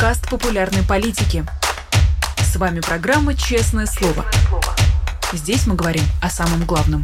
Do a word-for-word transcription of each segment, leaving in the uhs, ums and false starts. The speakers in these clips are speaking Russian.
подкаст популярной политики. С вами программа «Честное слово». Здесь мы говорим о самом главном.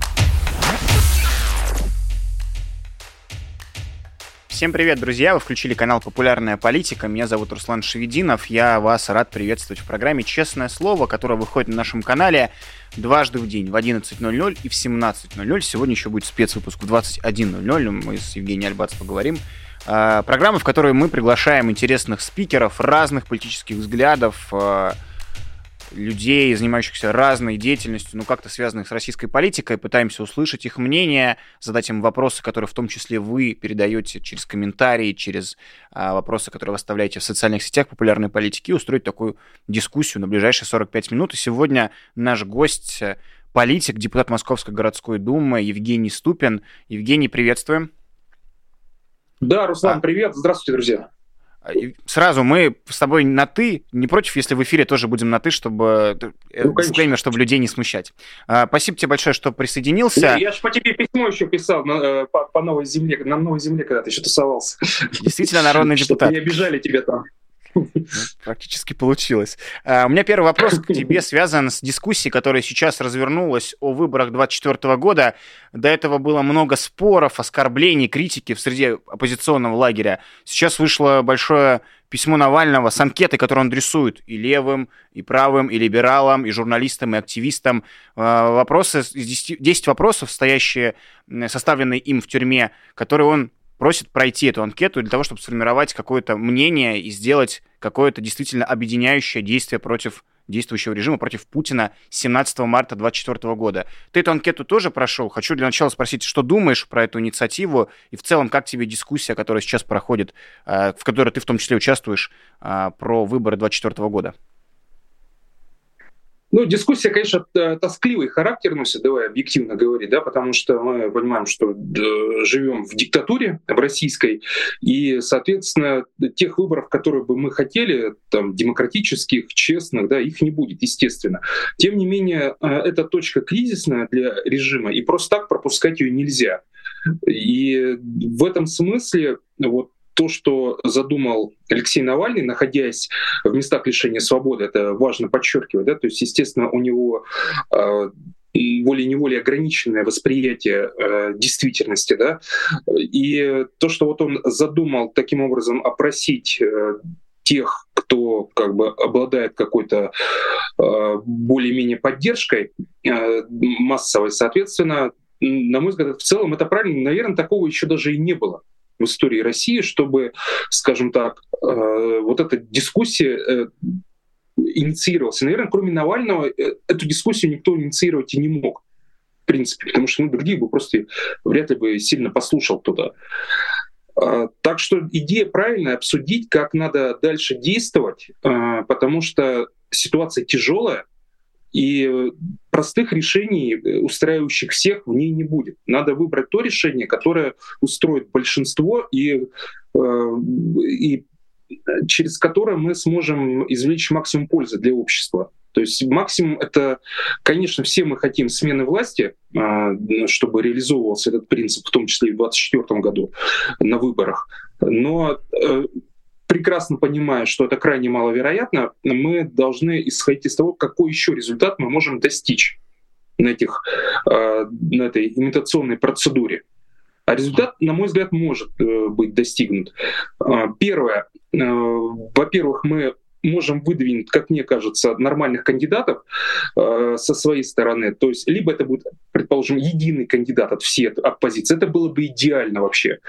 Всем привет, друзья! Вы включили канал «Популярная политика». Меня зовут Руслан Шевединов. Я вас рад приветствовать в программе «Честное слово», которая выходит на нашем канале дважды в день, в одиннадцать ноль ноль и в семнадцать ноль ноль. Сегодня еще будет спецвыпуск в двадцать один ноль ноль. Мы с Евгением Альбац поговорим. Программа, в которой мы приглашаем интересных спикеров разных политических взглядов, людей, занимающихся разной деятельностью, ну, как-то связанных с российской политикой, пытаемся услышать их мнение, задать им вопросы, которые в том числе вы передаете через комментарии, через а, вопросы, которые вы оставляете в социальных сетях популярной политики, и устроить такую дискуссию на ближайшие сорок пять минут. И сегодня наш гость, политик, депутат Московской городской думы Евгений Ступин. Евгений, приветствуем. Да, Руслан, а... привет. Здравствуйте, друзья. Сразу мы с тобой на «ты», не против, если в эфире тоже будем на «ты», чтобы ну, дисклеймер, чтобы людей не смущать. А, спасибо тебе большое, что присоединился. Я, я же по тебе письмо еще писал на, по, по Новой Земле, на Новой Земле, когда ты еще тусовался. Действительно народный депутат. Не обижали тебя там. Практически получилось. Uh, у меня первый вопрос к тебе связан с дискуссией, которая сейчас развернулась о выборах двадцать четвёртого года. До этого было много споров, оскорблений, критики в среде оппозиционного лагеря. Сейчас вышло большое письмо Навального с анкетой, которую он адресует и левым, и правым, и либералам, и журналистам, и активистам. Uh, вопросы, десять вопросов, стоящие, составленные им в тюрьме, которые он просит пройти эту анкету для того, чтобы сформировать какое-то мнение и сделать какое-то действительно объединяющее действие против действующего режима, против Путина семнадцатого марта двадцать четвёртого года. Ты эту анкету тоже прошел? Хочу для начала спросить, что думаешь про эту инициативу и в целом, как тебе дискуссия, которая сейчас проходит, в которой ты в том числе участвуешь, про выборы двадцать четвёртого года? Ну, дискуссия, конечно, тоскливый характер носит, давай объективно говорить, да, потому что мы понимаем, что живем в диктатуре, в российской, и, соответственно, тех выборов, которые бы мы хотели, там, демократических, честных, да, их не будет, естественно. Тем не менее, это точка кризисная для режима, и просто так пропускать ее нельзя. И в этом смысле вот то, что задумал Алексей Навальный, находясь в местах лишения свободы, это важно подчеркивать, да, то есть, естественно, у него э, волей-неволей ограниченное восприятие э, действительности, да, и то, что вот он задумал таким образом опросить э, тех, кто как бы обладает какой-то э, более-менее поддержкой э, массовой, соответственно, на мой взгляд, в целом это правильно, наверное, такого еще даже и не было в истории России, чтобы, скажем так, э, вот эта дискуссия э, инициировалась. И, наверное, кроме Навального, э, эту дискуссию никто инициировать и не мог, в принципе, потому что ну, другие бы просто вряд ли бы сильно послушал туда. Э, так что идея правильная — обсудить, как надо дальше действовать, э, потому что ситуация тяжелая, и простых решений, устраивающих всех, в ней не будет. Надо выбрать то решение, которое устроит большинство и, э, и через которое мы сможем извлечь максимум пользы для общества. То есть максимум — это, конечно, все мы хотим смены власти, э, чтобы реализовывался этот принцип, в том числе и в двадцать четвёртом году на выборах. Но э, прекрасно понимая, что это крайне маловероятно, мы должны исходить из того, какой еще результат мы можем достичь на, этих, на этой имитационной процедуре. А результат, на мой взгляд, может быть достигнут. Первое. Во-первых, мы можем выдвинуть, как мне кажется, нормальных кандидатов э, со своей стороны. То есть либо это будет, предположим, единый кандидат от всей оппозиции, это было бы идеально вообще.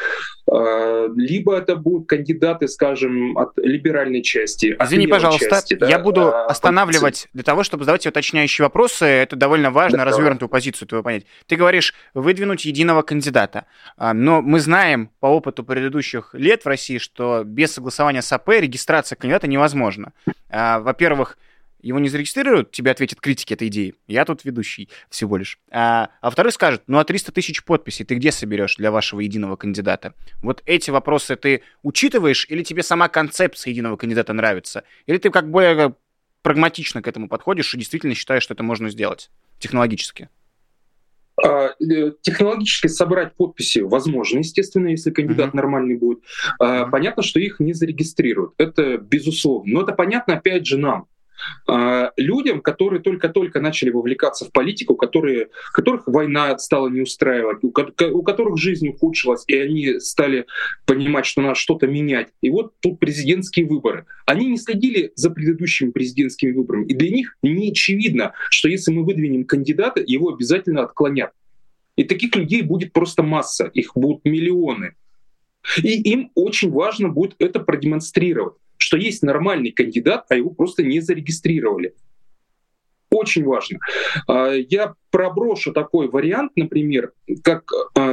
Э, либо это будут кандидаты, скажем, от либеральной части. Извини, пожалуйста, части, да, я буду э, останавливать оппозиции. Для того, чтобы задавать уточняющие вопросы. Это довольно важно, да, развернутую позицию твою понять. Ты говоришь, выдвинуть единого кандидата. Но мы знаем по опыту предыдущих лет в России, что без согласования с АП регистрация кандидата невозможна. Во-первых, его не зарегистрируют, тебе ответят критики этой идеи. Я тут ведущий всего лишь. А, а во-вторых, скажут, ну а триста тысяч подписей ты где соберешь для вашего единого кандидата? Вот эти вопросы ты учитываешь, или тебе сама концепция единого кандидата нравится? Или ты как более прагматично к этому подходишь и действительно считаешь, что это можно сделать технологически? Технологически собрать подписи возможно, естественно, если кандидат mm-hmm. нормальный будет. Mm-hmm. Понятно, что их не зарегистрируют. Это безусловно. Но это понятно, опять же, нам. Людям, которые только-только начали вовлекаться в политику, которые, которых война стала не устраивать, у, у которых жизнь ухудшилась, и они стали понимать, что надо что-то менять. И вот тут президентские выборы. Они не следили за предыдущими президентскими выборами. И для них не очевидно, что если мы выдвинем кандидата, его обязательно отклонят. И таких людей будет просто масса, их будут миллионы. И им очень важно будет это продемонстрировать, что есть нормальный кандидат, а его просто не зарегистрировали. Очень важно. Я проброшу такой вариант, например, как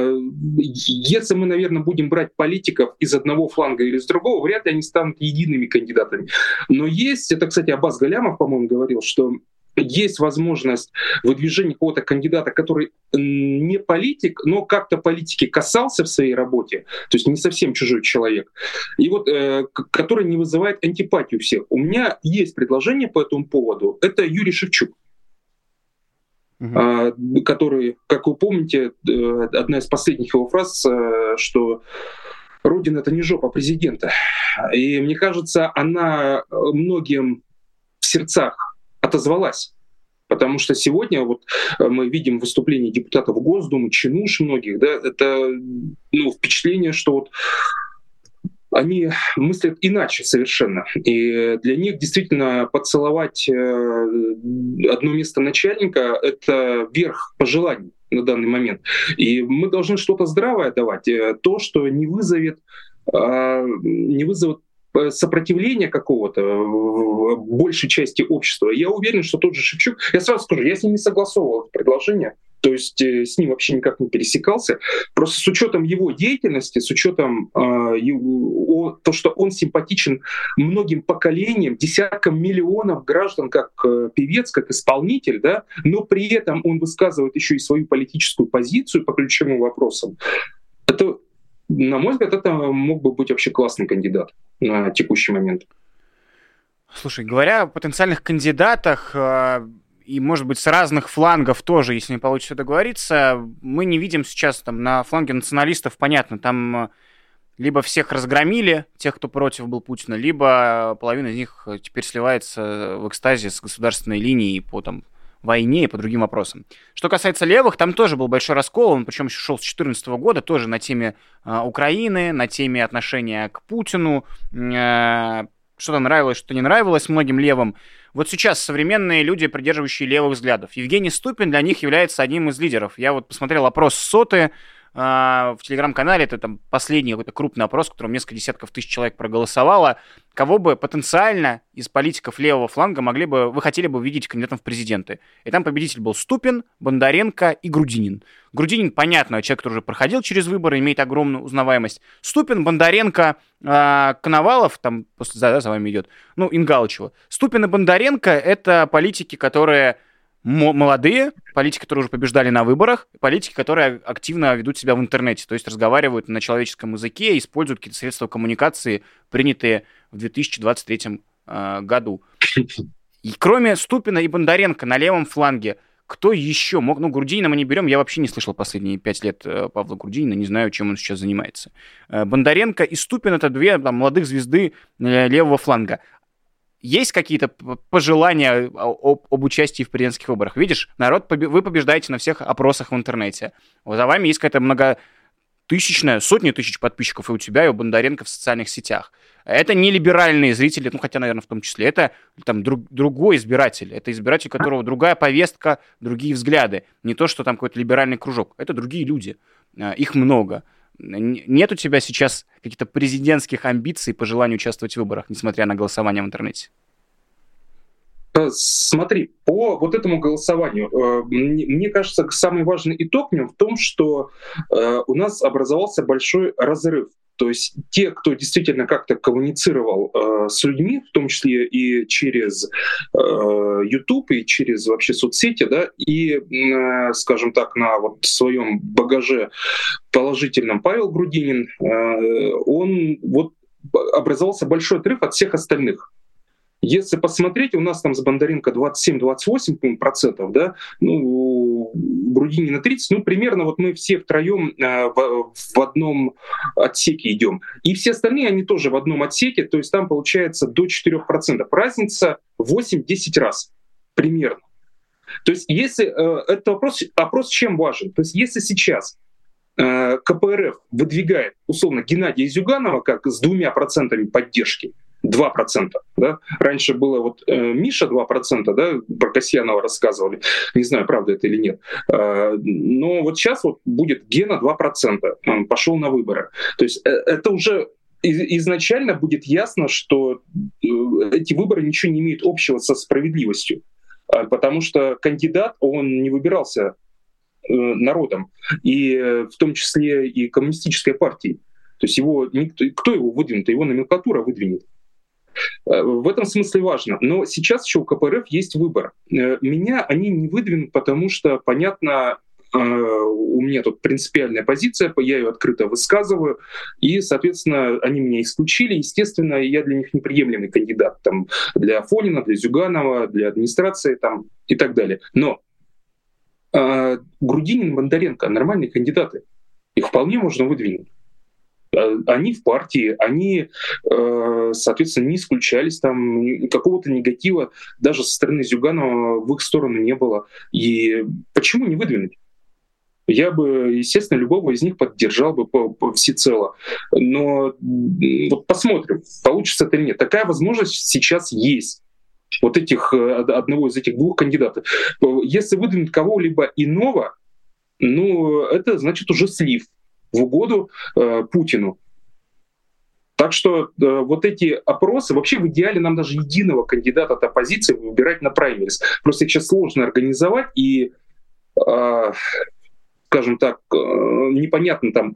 если мы, наверное, будем брать политиков из одного фланга или из другого, вряд ли они станут едиными кандидатами. Но есть, это, кстати, Аббас Галямов, по-моему, говорил, что есть возможность выдвижения какого-то кандидата, который не политик, но как-то политики касался в своей работе, то есть не совсем чужой человек, и вот э, который не вызывает антипатию всех. У меня есть предложение по этому поводу. Это Юрий Шевчук, uh-huh. э, который, как вы помните, э, одна из последних его фраз, э, что «Родина — это не жопа президента». И мне кажется, она многим в сердцах отозвалась. Потому что сегодня вот мы видим выступления депутатов Госдумы, чинуш многих, да, это ну, впечатление, что вот они мыслят иначе совершенно. И для них действительно поцеловать одно место начальника — это верх пожеланий на данный момент. И мы должны что-то здравое давать, то, что не вызовет, не вызовет сопротивления какого-то в большей части общества. Я уверен, что тот же Шевчук, я сразу скажу, я с ним не согласовывал это предложение, то есть э, с ним вообще никак не пересекался. Просто с учетом его деятельности, с учетом э, его, то, что он симпатичен многим поколениям, десяткам миллионов граждан как э, певец, как исполнитель, да, но при этом он высказывает еще и свою политическую позицию по ключевым вопросам, это, на мой взгляд, это мог бы быть вообще классный кандидат на текущий момент. Слушай, говоря о потенциальных кандидатах, э, и, может быть, с разных флангов тоже, если не получится договориться, мы не видим сейчас там на фланге националистов, понятно, там либо всех разгромили, тех, кто против был Путина, либо половина из них теперь сливается в экстазе с государственной линией по там войне и по другим вопросам. Что касается левых, там тоже был большой раскол, он причем еще шел с две тысячи четырнадцатого года, тоже на теме э, Украины, на теме отношения к Путину, э, что-то нравилось, что не нравилось многим левым. Вот сейчас современные люди, придерживающие левых взглядов. Евгений Ступин для них является одним из лидеров. Я вот посмотрел опрос Соты, в телеграм-канале, это там последний какой-то крупный опрос, в котором несколько десятков тысяч человек проголосовало, кого бы потенциально из политиков левого фланга могли бы, вы хотели бы увидеть кандидатом в президенты. И там победитель был Ступин, Бондаренко и Грудинин. Грудинин, понятно, человек, который уже проходил через выборы, имеет огромную узнаваемость. Ступин, Бондаренко, э, Коновалов, там после за, да, за вами идет, ну, Ингалычева. Ступин и Бондаренко — это политики, которые молодые, политики, которые уже побеждали на выборах, политики, которые активно ведут себя в интернете, то есть разговаривают на человеческом языке, используют какие-то средства коммуникации, принятые в две тысячи двадцать третьем э, году. И кроме Ступина и Бондаренко на левом фланге, кто еще мог? Ну, Грудинина мы не берем, я вообще не слышал последние пять лет Павла Грудинина, не знаю, чем он сейчас занимается. Бондаренко и Ступин — это две там, молодых звезды левого фланга. Есть какие-то пожелания об, об участии в президентских выборах? Видишь, народ, вы побеждаете на всех опросах в интернете. За вами есть какая-то многотысячная, сотни тысяч подписчиков и у тебя, и у Бондаренко в социальных сетях. Это не либеральные зрители, ну хотя, наверное, в том числе. Это там друг, другой избиратель. Это избиратель, у которого другая повестка, другие взгляды. Не то, что там какой-то либеральный кружок. Это другие люди. Их много. Нет у тебя сейчас каких-то президентских амбиций по желанию участвовать в выборах, несмотря на голосование в интернете? Смотри, по вот этому голосованию, мне кажется, самый важный итог в нем в том, что у нас образовался большой разрыв. То есть те, кто действительно как-то коммуницировал э, с людьми, в том числе и через э, YouTube, и через вообще соцсети, да, и, э, скажем так, на вот своем багаже положительном Павел Грудинин, э, он вот образовался большой отрыв от всех остальных. Если посмотреть, у нас там с Бондаренко двадцать семь - двадцать восемь процентов, да, ну, Грудинина тридцать, ну, примерно вот мы все втроем э, в, в одном отсеке идем. И все остальные, они тоже в одном отсеке, то есть там получается до четырех процентов. Разница восемь-десять раз примерно. То есть если э, этот вопрос, опрос чем важен? То есть если сейчас э, ка пэ эр эф выдвигает, условно, Геннадия Зюганова как с двумя процентами поддержки, два процента, да? Раньше было вот э, Миша два процента, да, про Касьянова рассказывали, не знаю, правда это или нет. Э, но вот сейчас вот будет Гена два процента, он пошел на выборы. То есть э, это уже изначально будет ясно, что э, эти выборы ничего не имеют общего со справедливостью. Потому что кандидат, он не выбирался э, народом, и э, в том числе и коммунистической партией. То есть его никто, кто его выдвинет, его номенклатура выдвинет. Э, в этом смысле важно. Но сейчас еще у ка пэ эр эф есть выбор. Э, меня они не выдвинут, потому что, понятно, э, у меня тут принципиальная позиция, я ее открыто высказываю, и, соответственно, они меня исключили. Естественно, я для них неприемлемый кандидат. Там, для Афонина, для Зюганова, для администрации там, и так далее. Но э, Грудинин, Бондаренко — нормальные кандидаты. Их вполне можно выдвинуть. Они в партии, они, э, соответственно, не исключались, там какого-то негатива даже со стороны Зюганова в их сторону не было. И почему не выдвинуть? Я бы, естественно, любого из них поддержал бы по, по всецело. Но вот посмотрим, получится это или нет. Такая возможность сейчас есть. Вот этих, одного из этих двух кандидатов. Если выдвинуть кого-либо иного, ну, это значит уже слив в угоду э, Путину. Так что э, вот эти опросы, вообще в идеале нам даже единого кандидата от оппозиции выбирать на праймерис. Просто их сейчас сложно организовать, и э, скажем так, непонятно, там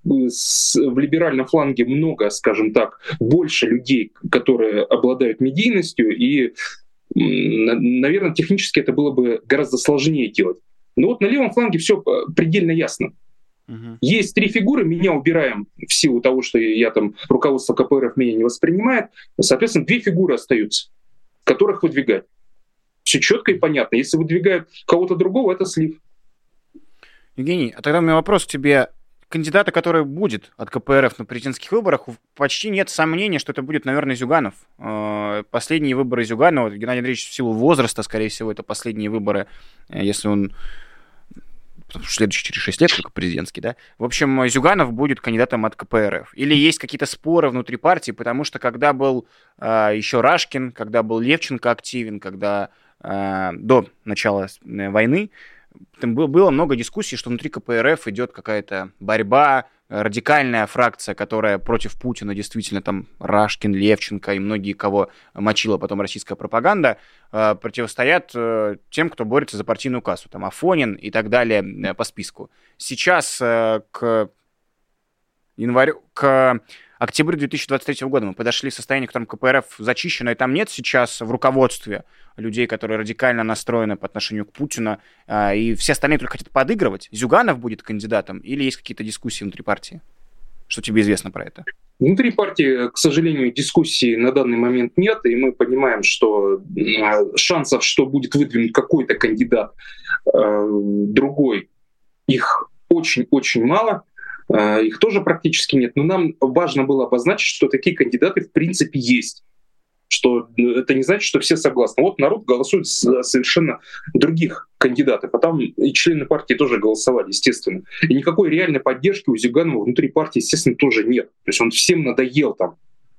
в либеральном фланге много, скажем так, больше людей, которые обладают медийностью, и, наверное, технически это было бы гораздо сложнее делать. Но вот на левом фланге все предельно ясно. Uh-huh. Есть три фигуры, меня убираем в силу того, что я там, руководство ка пэ эр эф меня не воспринимает, соответственно, две фигуры остаются, которых выдвигать. Все четко и понятно. Если выдвигают кого-то другого, это слив. Евгений, а тогда у меня вопрос к тебе. Кандидата, который будет от ка пэ эр эф на президентских выборах, почти нет сомнений, что это будет, наверное, Зюганов. Последние выборы Зюганова, Геннадий Андреевич в силу возраста, скорее всего, это последние выборы, если он... Потому что следующие через шесть лет только президентский, да? В общем, Зюганов будет кандидатом от ка пэ эр эф. Или есть какие-то споры внутри партии, потому что когда был э, еще Рашкин, когда был Левченко активен, когда э, до начала войны, там было много дискуссий, что внутри ка пэ эр эф идет какая-то борьба, радикальная фракция, которая против Путина, действительно, там Рашкин, Левченко и многие, кого мочила потом российская пропаганда, противостоят тем, кто борется за партийную кассу, там Афонин и так далее по списку. Сейчас к январю, к октябрю две тысячи двадцать третьего года мы подошли в состояние, в котором ка пэ эр эф зачищено, и там нет сейчас в руководстве людей, которые радикально настроены по отношению к Путину, и все остальные только хотят подыгрывать. Зюганов будет кандидатом или есть какие-то дискуссии внутри партии? Что тебе известно про это? Внутри партии, к сожалению, дискуссий на данный момент нет, и мы понимаем, что шансов, что будет выдвинут какой-то кандидат другой, их очень-очень мало. Их тоже практически нет. Но нам важно было обозначить, что такие кандидаты в принципе есть. Что это не значит, что все согласны. Вот народ голосует за совершенно других кандидатов, а там и члены партии тоже голосовали, естественно. И никакой реальной поддержки у Зюганова внутри партии, естественно, тоже нет. То есть он всем надоел там.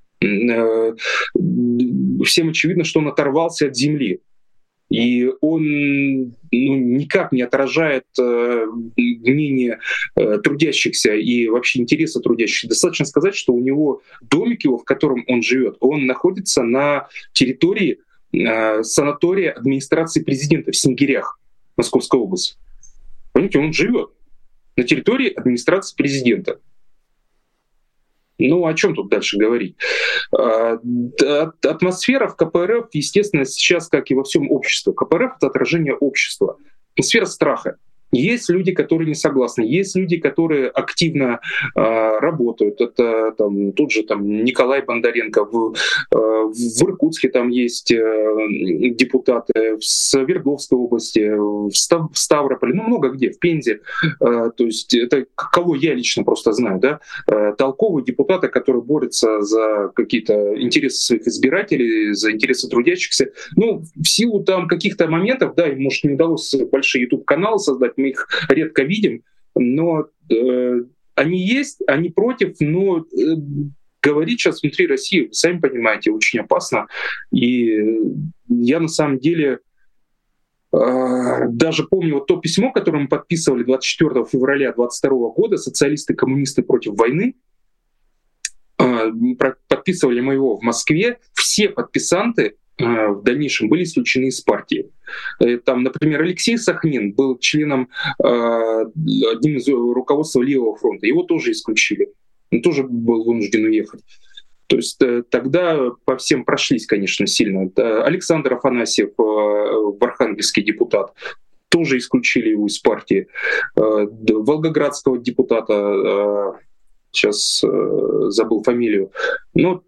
Всем очевидно, что он оторвался от земли. И он ну, никак не отражает э, мнение э, трудящихся и вообще интереса трудящихся. Достаточно сказать, что у него домик его, в котором он живет, он находится на территории э, санатория администрации президента в Сингирях, Московской области. Понимаете, он живет на территории администрации президента. Ну, о чем тут дальше говорить? Атмосфера в ка пэ эр эф, естественно, сейчас, как и во всем обществе. ка пэ эр эф — это отражение общества. Атмосфера страха. Есть люди, которые не согласны, есть люди, которые активно э, работают. Это там, тут же там, Николай Бондаренко, в, э, в Иркутске там есть э, депутаты, в Свердловской области, в, Став, в Ставрополе, ну много где, в Пензе. Э, то есть это кого я лично просто знаю, да, э, толковые депутаты, которые борются за какие-то интересы своих избирателей, за интересы трудящихся. Ну, в силу там каких-то моментов, да, им, может, не удалось большие YouTube-каналы создать, мы их редко видим, но э, они есть, они против, но э, говорить сейчас внутри России, вы сами понимаете, очень опасно. И я на самом деле э, даже помню вот то письмо, которое мы подписывали двадцать четвёртого февраля двадцать второго года, социалисты, коммунисты против войны, э, подписывали мы его в Москве, все подписанты в дальнейшем были исключены из партии. Там, например, Алексей Сахнин был членом, одним из руководства Левого фронта. Его тоже исключили. Он тоже был вынужден уехать. То есть тогда по всем прошлись, конечно, сильно. Александр Афанасьев, архангельский депутат, тоже исключили его из партии. Волгоградского депутата, сейчас забыл фамилию, но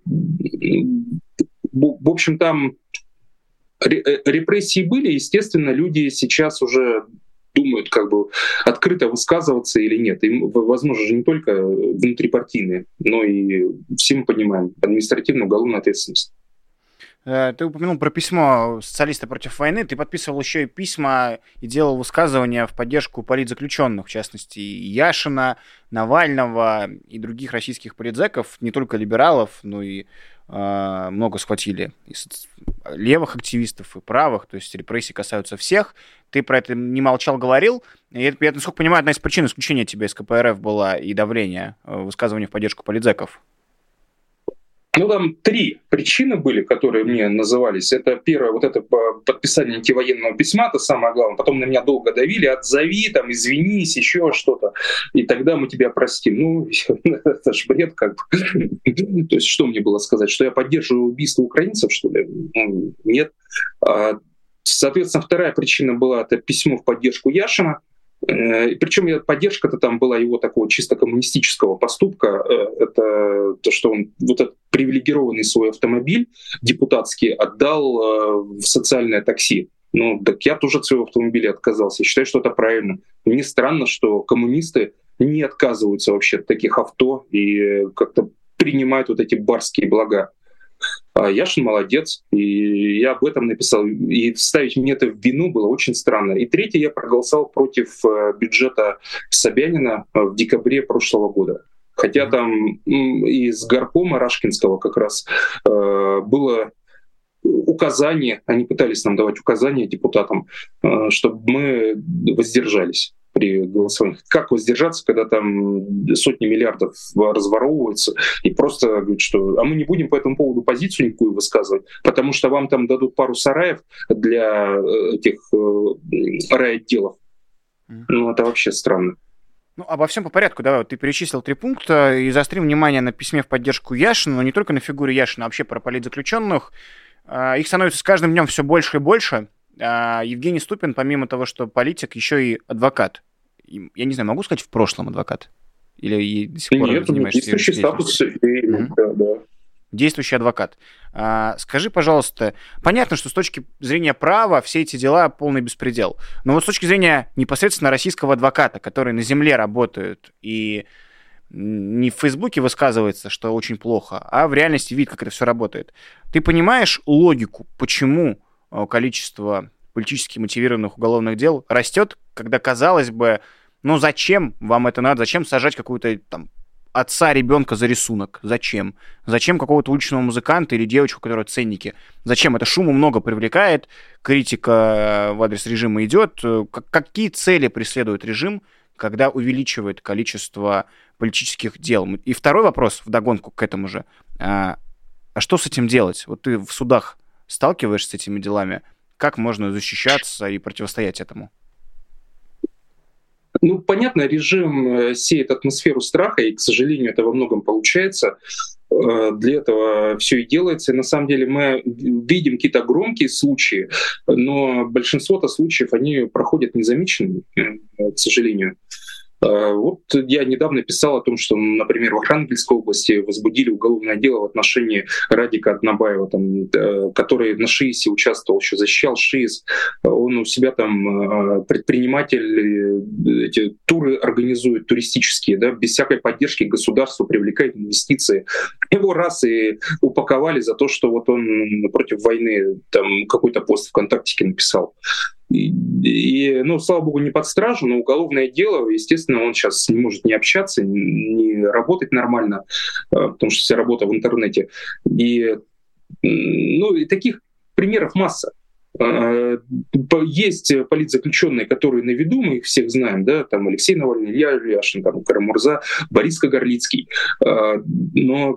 в общем, там репрессии были, естественно, люди сейчас уже думают, как бы открыто высказываться или нет. И, возможно, же не только внутрипартийные, но и, все мы понимаем, административную уголовную ответственность. Ты упомянул про письмо «Социалисты против войны». Ты подписывал еще и письма и делал высказывания в поддержку политзаключенных, в частности, Яшина, Навального и других российских политзеков, не только либералов, но и э, много схватили и левых активистов, и правых, то есть репрессии касаются всех. Ты про это не молчал, говорил. И это, я, насколько понимаю, одна из причин исключения тебя из ка пэ эр эф была и давление, высказывания в поддержку политзеков. Ну, там три причины были, которые мне назывались. Это первое, вот это подписание антивоенного письма, это самое главное. Потом на меня долго давили: отзови, там, извинись, еще что-то, и тогда мы тебя простим. Ну, это ж бред как бы. То есть что мне было сказать? Что я поддерживаю убийство украинцев, что ли? Нет. Соответственно, вторая причина была — это письмо в поддержку Яшина. Причем поддержка-то там была его такого чисто коммунистического поступка. Это то, что он вот этот привилегированный свой автомобиль депутатский отдал в социальное такси. Ну, так я тоже от своего автомобиля отказался. Я считаю, что это правильно. Мне странно, что коммунисты не отказываются вообще от таких авто и как-то принимают вот эти барские блага. А Яшин молодец, и я об этом написал. И ставить мне это в вину было очень странно. И третье, я проголосовал против бюджета Собянина в декабре прошлого года. Хотя там из горкома Рашкинского как раз было указание, они пытались нам давать указания депутатам, чтобы мы воздержались при голосовании. Как воздержаться, когда там сотни миллиардов разворовываются, и просто говорят, что а мы не будем по этому поводу позицию никакую высказывать, потому что вам там дадут пару сараев для этих э, райотделов. Mm. Ну, это вообще странно. Ну, обо всем по порядку. Давай, вот ты перечислил три пункта, и заострим внимание на письме в поддержку Яшина, но не только на фигуре Яшина, а вообще про политзаключенных. Их становится с каждым днем все больше и больше. А Евгений Ступин, помимо того, что политик, еще и адвокат. Я не знаю, могу сказать в прошлом адвокат? Или до сих пор Нет, занимаешься действующий статус. Mm-hmm. Да, да. Действующий адвокат. А, скажи, пожалуйста, понятно, что с точки зрения права все эти дела полный беспредел. Но вот с точки зрения непосредственно российского адвоката, который на земле работает и не в Фейсбуке высказывается, что очень плохо, а в реальности видит, как это все работает. Ты понимаешь логику, почему количество политически мотивированных уголовных дел растет, когда, казалось бы, ну зачем вам это надо, зачем сажать какую-то там отца ребенка за рисунок, зачем? Зачем какого-то уличного музыканта или девочку, которая ценники? Зачем? Это шуму много привлекает, критика в адрес режима идет. Какие цели преследует режим, когда увеличивает количество политических дел? И второй вопрос вдогонку к этому же. А, а что с этим делать? Вот ты в судах сталкиваешься с этими делами, как можно защищаться и противостоять этому? Ну, понятно, режим сеет атмосферу страха, и, к сожалению, это во многом получается. Для этого все и делается. И на самом деле мы видим какие-то громкие случаи, но большинство-то случаев, они проходят незамеченными, к сожалению. Вот я недавно писал о том, что, например, в Архангельской области возбудили уголовное дело в отношении Радика Однобаева, там, который на ШИИСе участвовал, еще защищал ШИИС. Он у себя там предприниматель, эти туры организует туристические, да, без всякой поддержки государства, привлекает инвестиции. Его раз и упаковали за то, что вот он против войны там какой-то пост ВКонтактике написал. И, и, ну, слава богу, не под стражу, но уголовное дело, естественно, он сейчас не может не общаться, не работать нормально, потому что вся работа в интернете. И, ну, и таких примеров масса. Есть политзаключенные, которые на виду, мы их всех знаем, да, там Алексей Навальный, Илья Ильяшин, там Карамурза, Борис Кагарлицкий. Но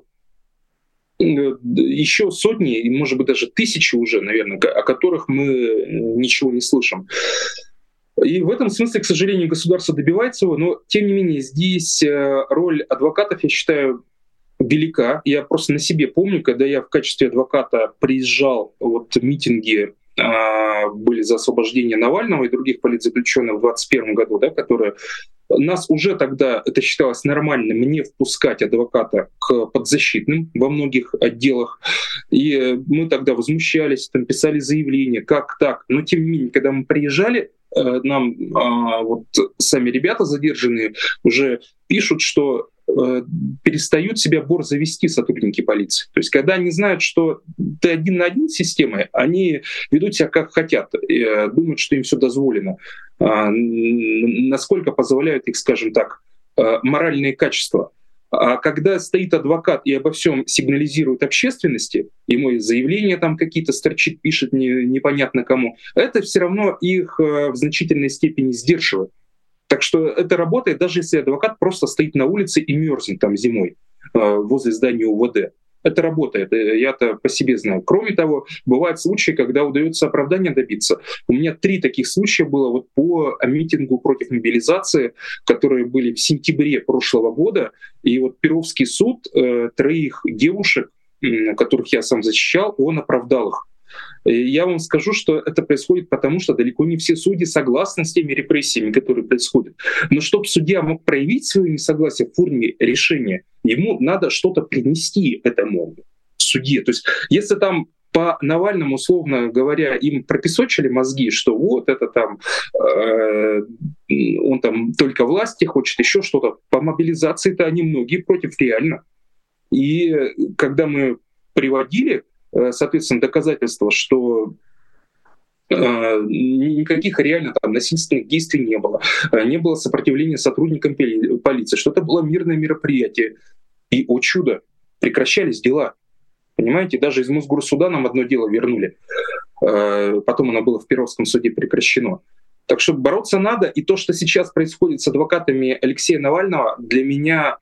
еще сотни, и, может быть, даже тысячи уже, наверное, о которых мы ничего не слышим. И в этом смысле, к сожалению, государство добивается его, но, тем не менее, здесь роль адвокатов, я считаю, велика. Я просто на себе помню, когда я в качестве адвоката приезжал вот, в митинги, были за освобождение Навального и других политзаключенных в двадцать первом году, да, которые... Нас уже тогда, это считалось нормальным, не впускать адвоката к подзащитным во многих отделах. И мы тогда возмущались, там, писали заявления, как так. Но тем не менее, когда мы приезжали, нам вот, сами ребята задержанные уже пишут, что перестают себя борзо вести сотрудники полиции. То есть когда они знают, что ты один на один с системой, они ведут себя как хотят, думают, что им все дозволено. Насколько позволяют их, скажем так, моральные качества. А когда стоит адвокат и обо всем сигнализирует общественности, ему заявления там какие-то строчит, пишет не, непонятно кому, это все равно их в значительной степени сдерживает. Так что это работает, даже если адвокат просто стоит на улице и мерзнет там зимой возле здания УВД. Это работает, я-то по себе знаю. Кроме того, бывают случаи, когда удается оправдания добиться. У меня три таких случая было вот по митингу против мобилизации, которые были в сентябре прошлого года. И вот Перовский суд э, троих девушек, э, которых я сам защищал, он оправдал их. И я вам скажу, что это происходит потому, что далеко не все судьи согласны с теми репрессиями, которые происходят. Но чтобы судья мог проявить свое несогласие в форме решения, ему надо что-то принести этому судье. То есть если там по Навальному, условно говоря, им пропесочили мозги, что вот это там, э, он там только власти хочет, еще что-то, по мобилизации-то они многие против реально. И когда мы приводили, соответственно, доказательства, что э, никаких реально там насильственных действий не было, не было сопротивления сотрудникам полиции, что это было мирное мероприятие. И, о чудо, прекращались дела. Понимаете, даже из Мосгорсуда нам одно дело вернули. Э, потом оно было в Перовском суде прекращено. Так что бороться надо. И то, что сейчас происходит с адвокатами Алексея Навального, для меня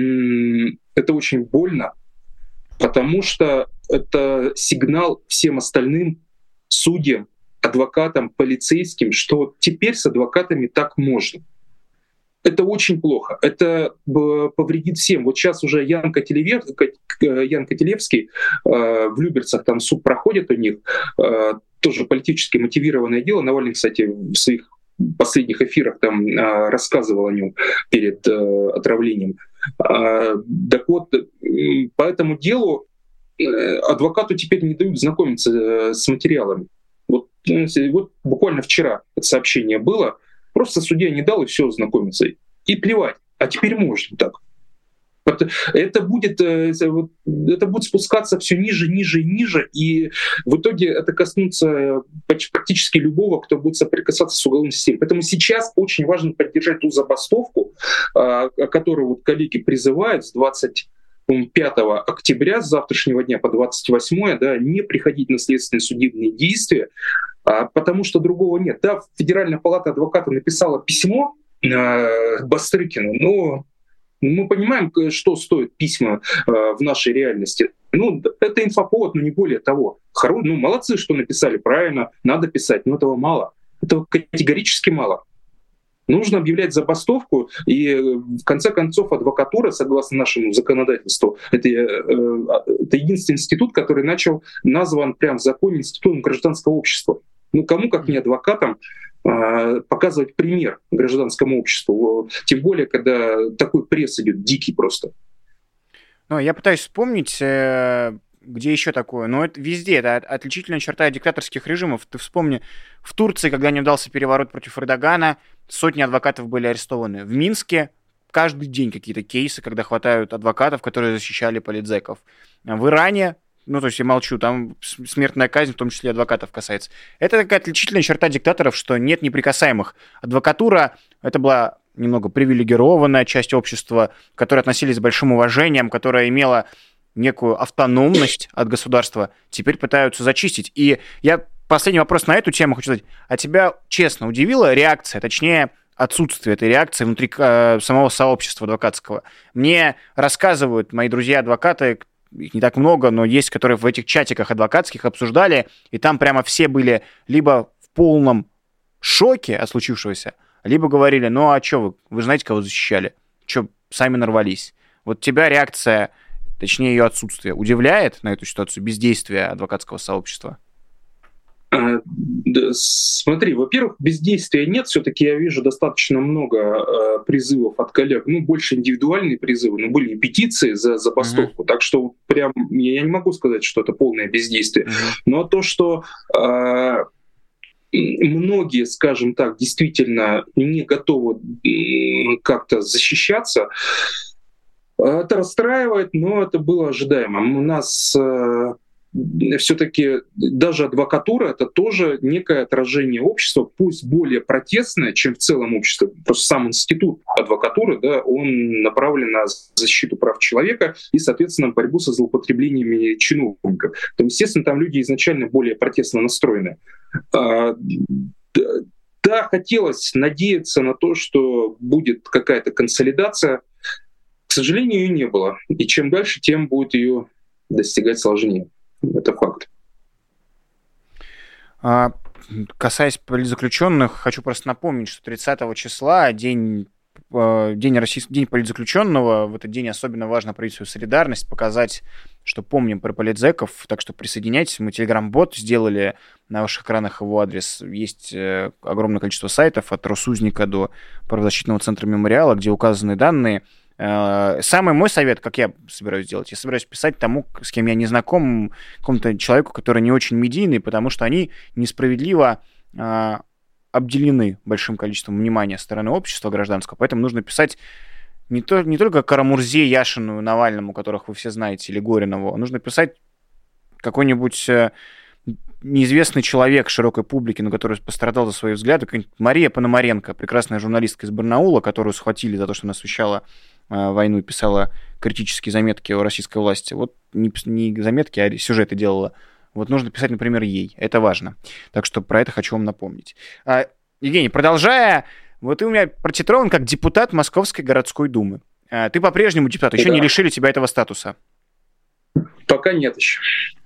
м- это очень больно, потому что это сигнал всем остальным судьям, адвокатам, полицейским, что теперь с адвокатами так можно. Это очень плохо. Это повредит всем. Вот сейчас уже Ян Котелев, Ян Котелевский в Люберцах, там суд проходит у них, тоже политически мотивированное дело. Навальный, кстати, в своих последних эфирах там рассказывал о нем перед отравлением. Так вот, по этому делу адвокату теперь не дают знакомиться с материалами. Вот, вот буквально вчера это сообщение было. Просто судья не дал, и все, знакомиться. И плевать. А теперь можно так. Это будет, это будет спускаться все ниже, ниже и ниже, и в итоге это коснется практически любого, кто будет соприкасаться с уголовной системой. Поэтому сейчас очень важно поддержать ту забастовку, о которой вот коллеги призывают с двадцать пятого октября, с завтрашнего дня по двадцать восьмое, да, не приходить на следственные судебные действия, потому что другого нет. Да, Федеральная палата адвокатов написала письмо э, Бастрыкину, но мы понимаем, что стоят письма э, в нашей реальности. Ну, это инфоповод, но не более того. Хоро... Ну, молодцы, что написали, правильно, надо писать, но этого мало. Этого категорически мало. Нужно объявлять забастовку, и в конце концов адвокатура, согласно нашему законодательству, это, это единственный институт, который начал, назван прямо в законе институтом гражданского общества. Ну, кому, как не адвокатам, показывать пример гражданскому обществу, тем более, когда такой пресс идет дикий просто. Ну, я пытаюсь вспомнить, где еще такое. Но это везде, это отличительная черта диктаторских режимов. Ты вспомни, в Турции, когда не удался переворот против Эрдогана, сотни адвокатов были арестованы. В Минске каждый день какие-то кейсы, когда хватают адвокатов, которые защищали политзеков. В Иране, ну, то есть я молчу, там смертная казнь, в том числе адвокатов касается. Это такая отличительная черта диктаторов, что нет неприкасаемых. Адвокатура — это была немного привилегированная часть общества, к которой относились с большим уважением, которая имела некую автономность от государства, теперь пытаются зачистить. И я последний вопрос на эту тему хочу задать. А тебя, честно, удивила реакция, точнее, отсутствие этой реакции внутри э, самого сообщества адвокатского? Мне рассказывают мои друзья-адвокаты, их не так много, но есть, которые в этих чатиках адвокатских обсуждали, и там прямо все были либо в полном шоке от случившегося, либо говорили, ну а что вы, вы знаете, кого защищали? Что, сами нарвались? Вот тебя реакция, точнее ее отсутствие, удивляет на эту ситуацию бездействия адвокатского сообщества? Смотри, во-первых, бездействия нет, все-таки я вижу достаточно много э, призывов от коллег, ну, больше индивидуальные призывы, но были и петиции за забастовку, uh-huh. так что прям я не могу сказать, что это полное бездействие, uh-huh. но то, что э, многие, скажем так, действительно не готовы как-то защищаться, это расстраивает, но это было ожидаемо. У нас э, все-таки даже адвокатура — это тоже некое отражение общества, пусть более протестное, чем в целом общество. Просто сам институт адвокатуры, да, он направлен на защиту прав человека и, соответственно, борьбу со злоупотреблениями чиновников. То, естественно, там люди изначально более протестно настроены. Да, хотелось надеяться на то, что будет какая-то консолидация. К сожалению, ее не было. И чем дальше, тем будет ее достигать сложнее. Это факт. А, касаясь политзаключенных, хочу просто напомнить, что тридцатого числа, день, день, российского, день политзаключенного, в этот день особенно важно проявить свою солидарность, показать, что помним про политзеков, так что присоединяйтесь. Мы телеграм-бот сделали, на ваших экранах его адрес. Есть огромное количество сайтов, от Росузника до правозащитного центра Мемориала, где указаны данные. Самый мой совет, как я собираюсь делать, я собираюсь писать тому, с кем я не знаком, какому-то человеку, который не очень медийный, потому что они несправедливо э, обделены большим количеством внимания со стороны общества гражданского, поэтому нужно писать не, то, не только Карамурзе, Яшину, Навальному, которых вы все знаете, или Горинову, а нужно писать какой-нибудь э, неизвестный человек широкой публике, но который пострадал за свои взгляды, как Мария Пономаренко, прекрасная журналистка из Барнаула, которую схватили за то, что она освещала войну и писала критические заметки о российской власти. Вот не, не заметки, а сюжеты делала. Вот нужно писать, например, ей. Это важно. Так что про это хочу вам напомнить. А, Евгений, продолжая, вот ты у меня протитрован как депутат Московской городской думы. А, ты по-прежнему депутат, еще да. не лишили тебя этого статуса? Пока нет еще.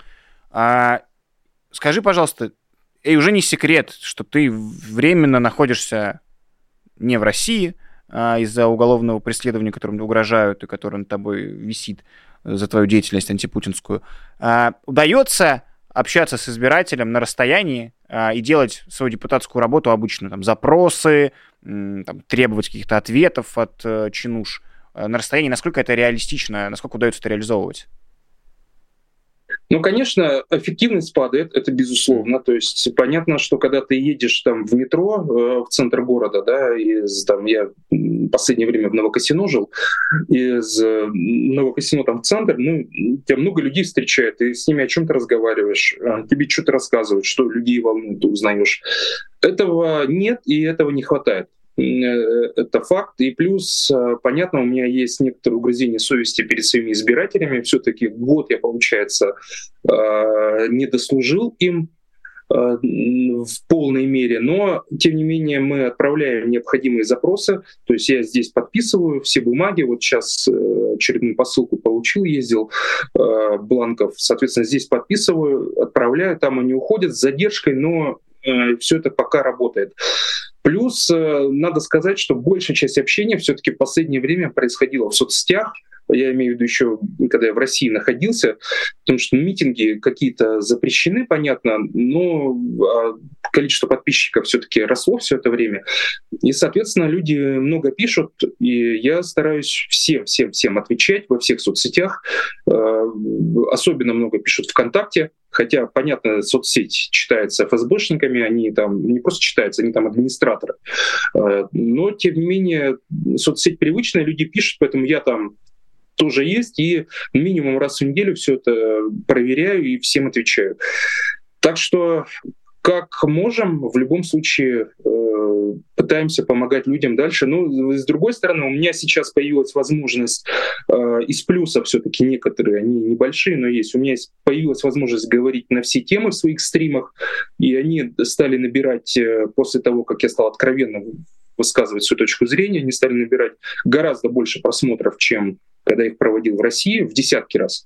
А, скажи, пожалуйста, и уже не секрет, что ты временно находишься не в России, из-за уголовного преследования, которым угрожают и которое над тобой висит за твою деятельность антипутинскую. А, удается общаться с избирателем на расстоянии а, и делать свою депутатскую работу обычную, там, запросы, м, там, требовать каких-то ответов от э, чинуш а, на расстоянии, насколько это реалистично, насколько удается это реализовывать? Ну, конечно, эффективность падает, это безусловно. То есть понятно, что когда ты едешь там в метро э, в центр города, да, из, там, я в последнее время в Новокосино жил, из э, Новокосино там в центр, ну, тебя много людей встречает, ты с ними о чем-то разговариваешь, э, тебе что-то рассказывают, что людей волнует, ты узнаешь. Этого нет и этого не хватает. Это факт. И плюс, понятно, у меня есть некоторое угрызение совести перед своими избирателями. Все-таки год я, получается, не дослужил им в полной мере, но, тем не менее, мы отправляем необходимые запросы. То есть я здесь подписываю все бумаги. Вот сейчас очередную посылку получил, ездил, бланков. Соответственно, здесь подписываю, отправляю. Там они уходят с задержкой, но все это пока работает. Плюс надо сказать, что большая часть общения все-таки в последнее время происходила в соцсетях. Я имею в виду еще, когда я в России находился, потому что митинги какие-то запрещены, понятно, но количество подписчиков все-таки росло все это время. И, соответственно, люди много пишут, и я стараюсь всем, всем, всем отвечать во всех соцсетях. Особенно много пишут ВКонтакте, хотя, понятно, соцсеть читается эф эс бэшниками, они там не просто читаются, они там администраторы. Но, тем не менее, соцсеть привычная, люди пишут, поэтому я там тоже есть, и минимум раз в неделю все это проверяю и всем отвечаю. Так что, как можем, в любом случае э, пытаемся помогать людям дальше. Но, с другой стороны, у меня сейчас появилась возможность э, из плюсов, все-таки некоторые, они небольшие, но есть, у меня есть, появилась возможность говорить на все темы в своих стримах, и они стали набирать, э, после того, как я стал откровенно высказывать свою точку зрения, они стали набирать гораздо больше просмотров, чем когда я их проводил в России, в десятки раз.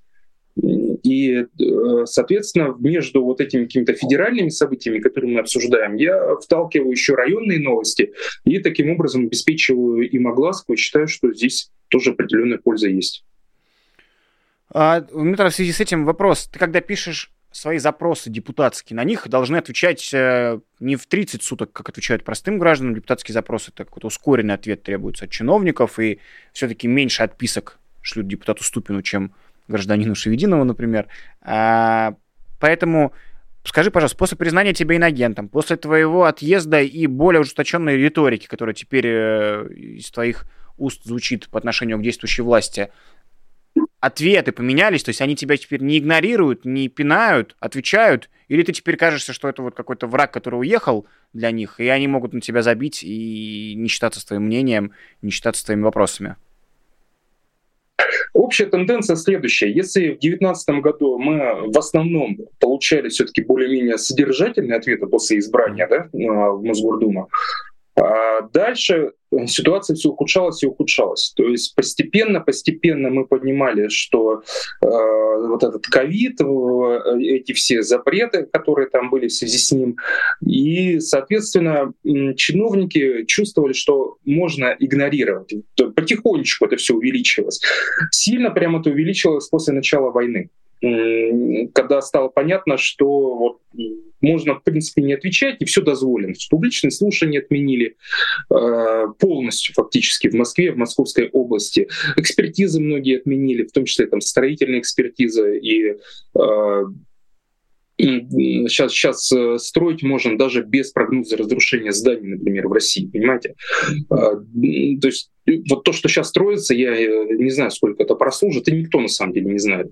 И, соответственно, между вот этими какими-то федеральными событиями, которые мы обсуждаем, я вталкиваю еще районные новости и таким образом обеспечиваю им огласку, и считаю, что здесь тоже определенная польза есть. А, Дмитрий, в связи с этим вопрос. Ты когда пишешь свои запросы депутатские, на них должны отвечать э, не в тридцать суток, как отвечают простым гражданам. Депутатские запросы — это какой-то ускоренный ответ требуется от чиновников, и все-таки меньше отписок шлют депутату Ступину, чем гражданину Шевединову, например. А, поэтому скажи, пожалуйста, после признания тебя иноагентом, после твоего отъезда и более ужесточенной риторики, которая теперь э, из твоих уст звучит по отношению к действующей власти, ответы поменялись? То есть они тебя теперь не игнорируют, не пинают, отвечают? Или ты теперь кажешься, что это вот какой-то враг, который уехал для них, и они могут на тебя забить и не считаться с твоим мнением, не считаться с твоими вопросами? Общая тенденция следующая. Если в две тысячи девятнадцатом году мы в основном получали все-таки более-менее содержательные ответы после избрания, да, в Мосгордуму, а дальше ситуация все ухудшалась и ухудшалась. То есть постепенно, постепенно мы понимали, что э, вот этот ковид, э, эти все запреты, которые там были в связи с ним, и, соответственно, чиновники чувствовали, что можно игнорировать. Потихонечку это все увеличилось. Сильно прямо это увеличилось после начала войны, когда стало понятно, что вот можно, в принципе, не отвечать, и все дозволено. Публичные слушания отменили э, полностью фактически в Москве, в Московской области. Экспертизы многие отменили, в том числе там строительная экспертиза. И э, сейчас, сейчас строить можно даже без прогноза разрушения зданий, например, в России, понимаете? Э, то есть вот то, что сейчас строится, я не знаю, сколько это прослужит, и никто на самом деле не знает.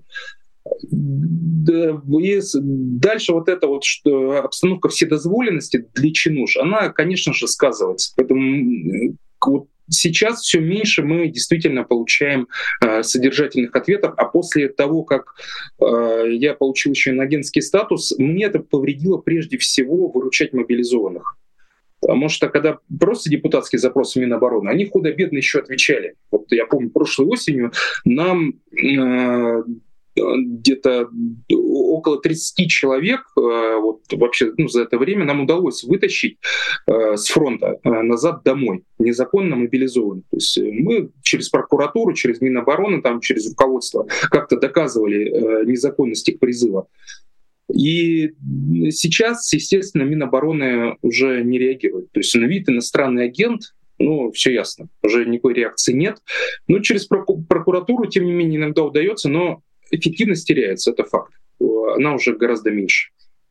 И дальше вот эта вот что, обстановка вседозволенности для чинуш, она, конечно же, сказывается. Поэтому вот сейчас все меньше мы действительно получаем э, содержательных ответов, а после того, как э, я получил еще иноагентский статус, мне это повредило прежде всего выручать мобилизованных. Потому что когда просто депутатские запросы Минобороны, они худо-бедно еще отвечали. Вот я помню, прошлой осенью нам э, где-то около тридцать человек вот, вообще ну, за это время нам удалось вытащить э, с фронта э, назад домой, незаконно мобилизованных. То есть мы через прокуратуру, через Минобороны, там, через руководство как-то доказывали э, незаконность их призыва. И сейчас, естественно, Минобороны уже не реагирует. То есть на вид иностранный агент, ну, все ясно, уже никакой реакции нет. Но через прокуратуру, тем не менее, иногда удается, но эффективность теряется, это факт. Она уже гораздо меньше.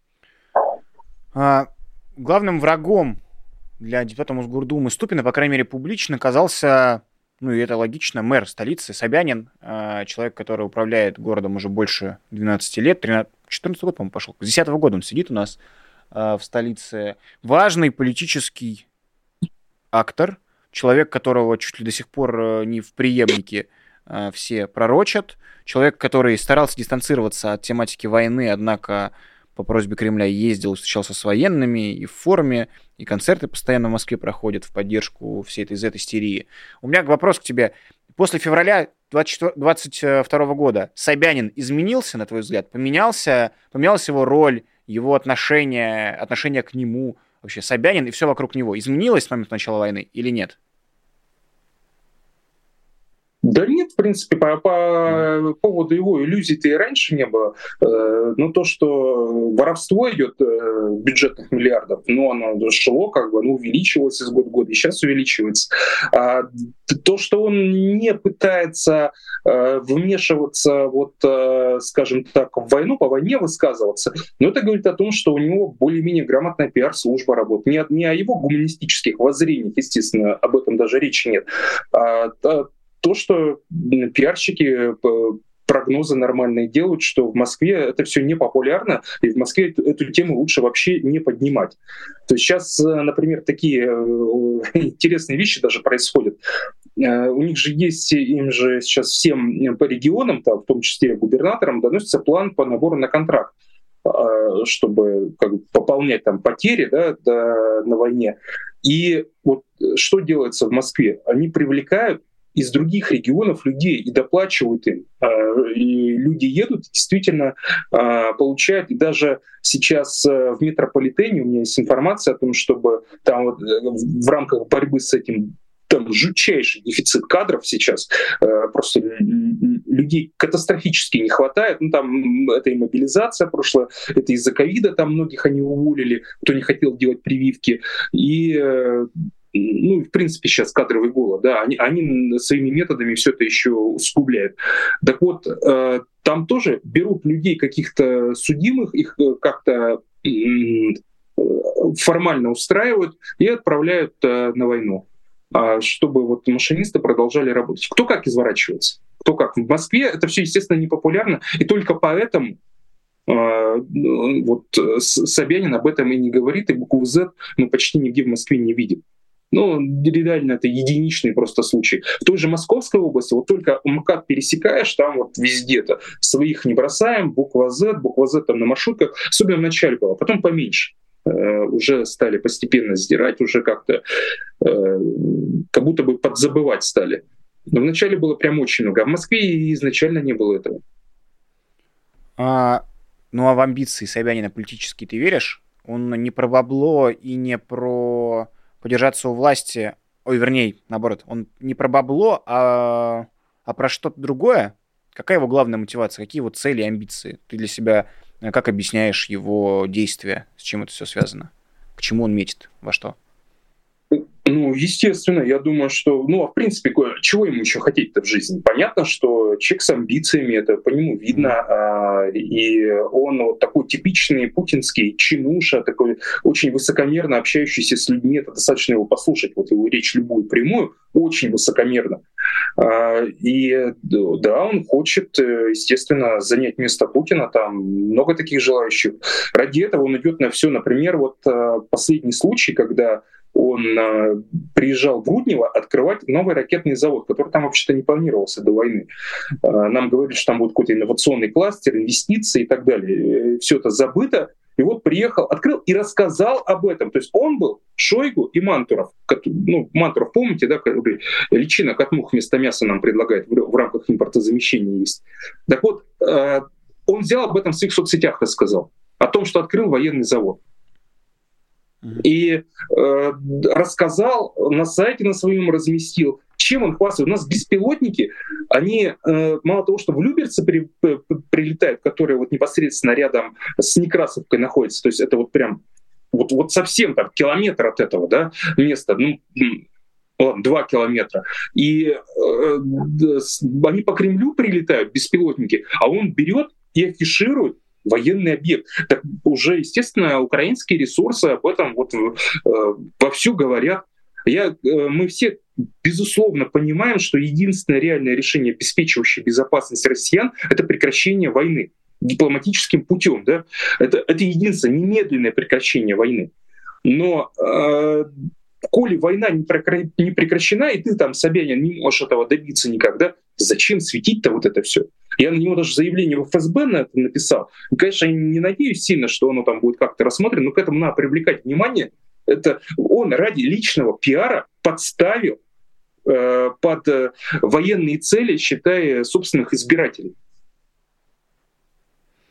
А, главным врагом для депутата Мосгордумы Ступина, по крайней мере, публично оказался, ну и это логично, мэр столицы Собянин, человек, который управляет городом уже больше двенадцати лет, тринадцать, четырнадцатый год, по-моему, пошел, с десятого года он сидит у нас в столице. Важный политический актор, человек, которого чуть ли до сих пор не в преемнике все пророчат, человек, который старался дистанцироваться от тематики войны, однако по просьбе Кремля ездил, встречался с военными и в форме, и концерты постоянно в Москве проходят в поддержку всей этой зет-истерии. У меня вопрос к тебе. После февраля двадцать второго года Собянин изменился, на твой взгляд? Поменялся, поменялась его роль, его отношение, отношение к нему? вообще Собянин и все вокруг него изменилось с момента начала войны или нет? Да нет, в принципе, по, по поводу его иллюзий-то и раньше не было. Но то, что воровство идет бюджетных миллиардов, ну, оно шло, как бы, оно увеличивалось из года в год, и сейчас увеличивается. А то, что он не пытается вмешиваться, вот, скажем так, в войну, по войне высказываться, но это говорит о том, что у него более-менее грамотная пиар-служба работает. Не, не о его гуманистических воззрениях, естественно, об этом даже речи нет, а то, что пиарщики прогнозы нормальные делают, что в Москве это все не популярно, и в Москве эту, эту тему лучше вообще не поднимать. То есть сейчас, например, такие интересные вещи даже происходят. У них же есть, им же сейчас всем по регионам, там, в том числе губернаторам, доносится план по набору на контракт, чтобы как бы пополнять там потери, да, да, на войне. И вот что делается в Москве? Они привлекают из других регионов людей и доплачивают им. И люди едут, действительно получают. И даже сейчас в метрополитене у меня есть информация о том, чтобы там вот в рамках борьбы с этим там жутчайший дефицит кадров сейчас, просто людей катастрофически не хватает. Ну, там это и мобилизация прошла, это из-за ковида, там многих они уволили, кто не хотел делать прививки. И ну, в принципе, сейчас кадровый голод, да, они, они своими методами все это еще усугубляют. Так вот, э, там тоже берут людей каких-то судимых, их как-то э, формально устраивают и отправляют э, на войну, э, чтобы вот машинисты продолжали работать. Кто как изворачивается, кто как. В Москве это все, естественно, не популярно, и только поэтому э, вот Собянин об этом и не говорит, и букву «Z» мы почти нигде в Москве не видим. Ну, реально, это единичный просто случай. В той же Московской области, вот только МКАД пересекаешь, там вот везде-то своих не бросаем, буква Z, буква Z там на маршрутках, особенно в начале было, потом поменьше. Э, уже стали постепенно сдирать, уже как-то э, как будто бы подзабывать стали. Но вначале было прям очень много, а в Москве изначально не было этого. А, ну а в амбиции Собянина политические ты веришь? Он не про бабло и не про подержаться у власти, ой, вернее, наоборот, он не про бабло, а, а про что-то другое. Какая его главная мотивация, какие его цели и амбиции? Ты для себя как объясняешь его действия, с чем это все связано? К чему он метит, во что? Ну, естественно, я думаю, что, ну, а в принципе, чего ему еще хотеть-то в жизни? Понятно, что человек с амбициями, это по нему видно, а, и он вот такой типичный путинский чинуша, такой очень высокомерно общающийся с людьми, это достаточно его послушать, вот его речь любую прямую, очень высокомерно. А, и да, он хочет, естественно, занять место Путина, там много таких желающих. Ради этого он идет на все. Например, вот последний случай, когда он э, приезжал в Руднево открывать новый ракетный завод, который там вообще-то не планировался до войны. Э, нам говорили, что там будет какой-то инновационный кластер, инвестиции и так далее. Все это забыто. И вот приехал, открыл и рассказал об этом. То есть он был Шойгу и Мантуров. Ну, Мантуров, помните, да, личинок от мух вместо мяса нам предлагает, в, в рамках импортозамещения есть. Так вот, э, он взял об этом в своих соцсетях рассказал. О том, что открыл военный завод. И э, рассказал, на сайте на своем разместил, чем он хвастает. У нас беспилотники, они э, мало того, что в Люберцы при, при, прилетают, которые вот непосредственно рядом с Некрасовкой находятся, то есть это вот прям вот, вот совсем там километр от этого, да, места, ну, ладно, два километра. И э, они по Кремлю прилетают, беспилотники, а он берет и афиширует военный объект. Так уже, естественно, украинские ресурсы об этом вот э, вовсю говорят. Я, э, мы все, безусловно, понимаем, что единственное реальное решение, обеспечивающее безопасность россиян, это прекращение войны дипломатическим путем. Да? Это, это единственное немедленное прекращение войны. Но э, коли война не, прекра... не прекращена, и ты там, Собянин, не можешь этого добиться никогда, зачем светить-то вот это все? Я на него даже заявление в эф эс бэ на это написал. Конечно, я не надеюсь сильно, что оно там будет как-то рассмотрено, но к этому надо привлекать внимание. Это он ради личного пиара подставил э, под э, военные цели, считая собственных избирателей.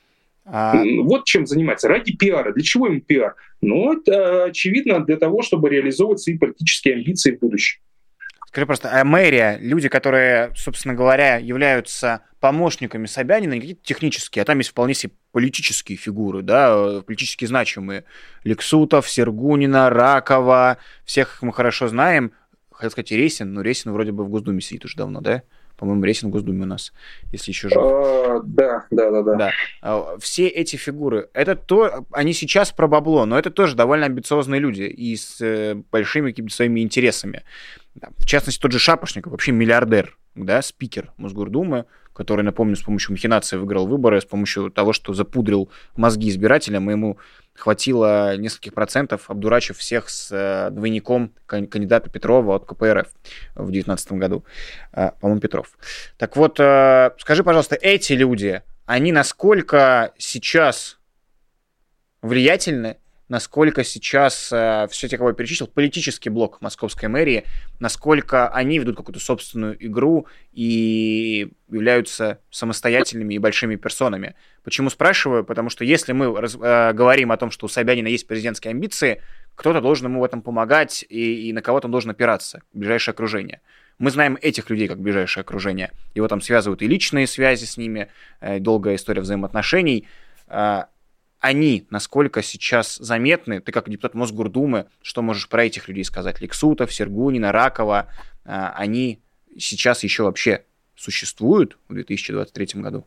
А... Вот чем занимается. Ради пиара. Для чего ему пиар? Ну, это, очевидно, для того, чтобы реализовывать свои политические амбиции в будущем. Скажи просто, а мэрия, люди, которые, собственно говоря, являются помощниками Собянина, не какие-то технические, а там есть вполне себе политические фигуры, да, политически значимые. Лексутов, Сергунина, Ракова, всех мы хорошо знаем. Хотел сказать, Ресин, но Ресин вроде бы в Госдуме сидит уже давно, да? По-моему, Ресин в Госдуме у нас, если еще жив. А, да, да, да, да. да. Все эти фигуры, это то, они сейчас про бабло, но это тоже довольно амбициозные люди и с э, большими какими-то своими интересами. В частности, тот же Шапошников, вообще миллиардер, да, спикер Мосгордумы, который, напомню, с помощью махинации выиграл выборы, с помощью того, что запудрил мозги избирателям, и ему хватило нескольких процентов, обдурачив всех с двойником кандидата Петрова от ка пэ эр эф в две тысячи девятнадцатом году. По-моему, Петров. Так вот, скажи, пожалуйста, эти люди, они насколько сейчас влиятельны, насколько сейчас э, все те, кого я перечислил, политический блок московской мэрии, насколько они ведут какую-то собственную игру и являются самостоятельными и большими персонами. Почему спрашиваю? Потому что если мы раз, э, говорим о том, что у Собянина есть президентские амбиции, кто-то должен ему в этом помогать и, и на кого-то он должен опираться, ближайшее окружение. Мы знаем этих людей как ближайшее окружение. Его там связывают и личные связи с ними, э, долгая история взаимоотношений. Э, Они насколько сейчас заметны? Ты как депутат Мосгордумы, что можешь про этих людей сказать? Лексутов, Сергунина, Ракова, они сейчас еще вообще существуют в две тысячи двадцать третьем году?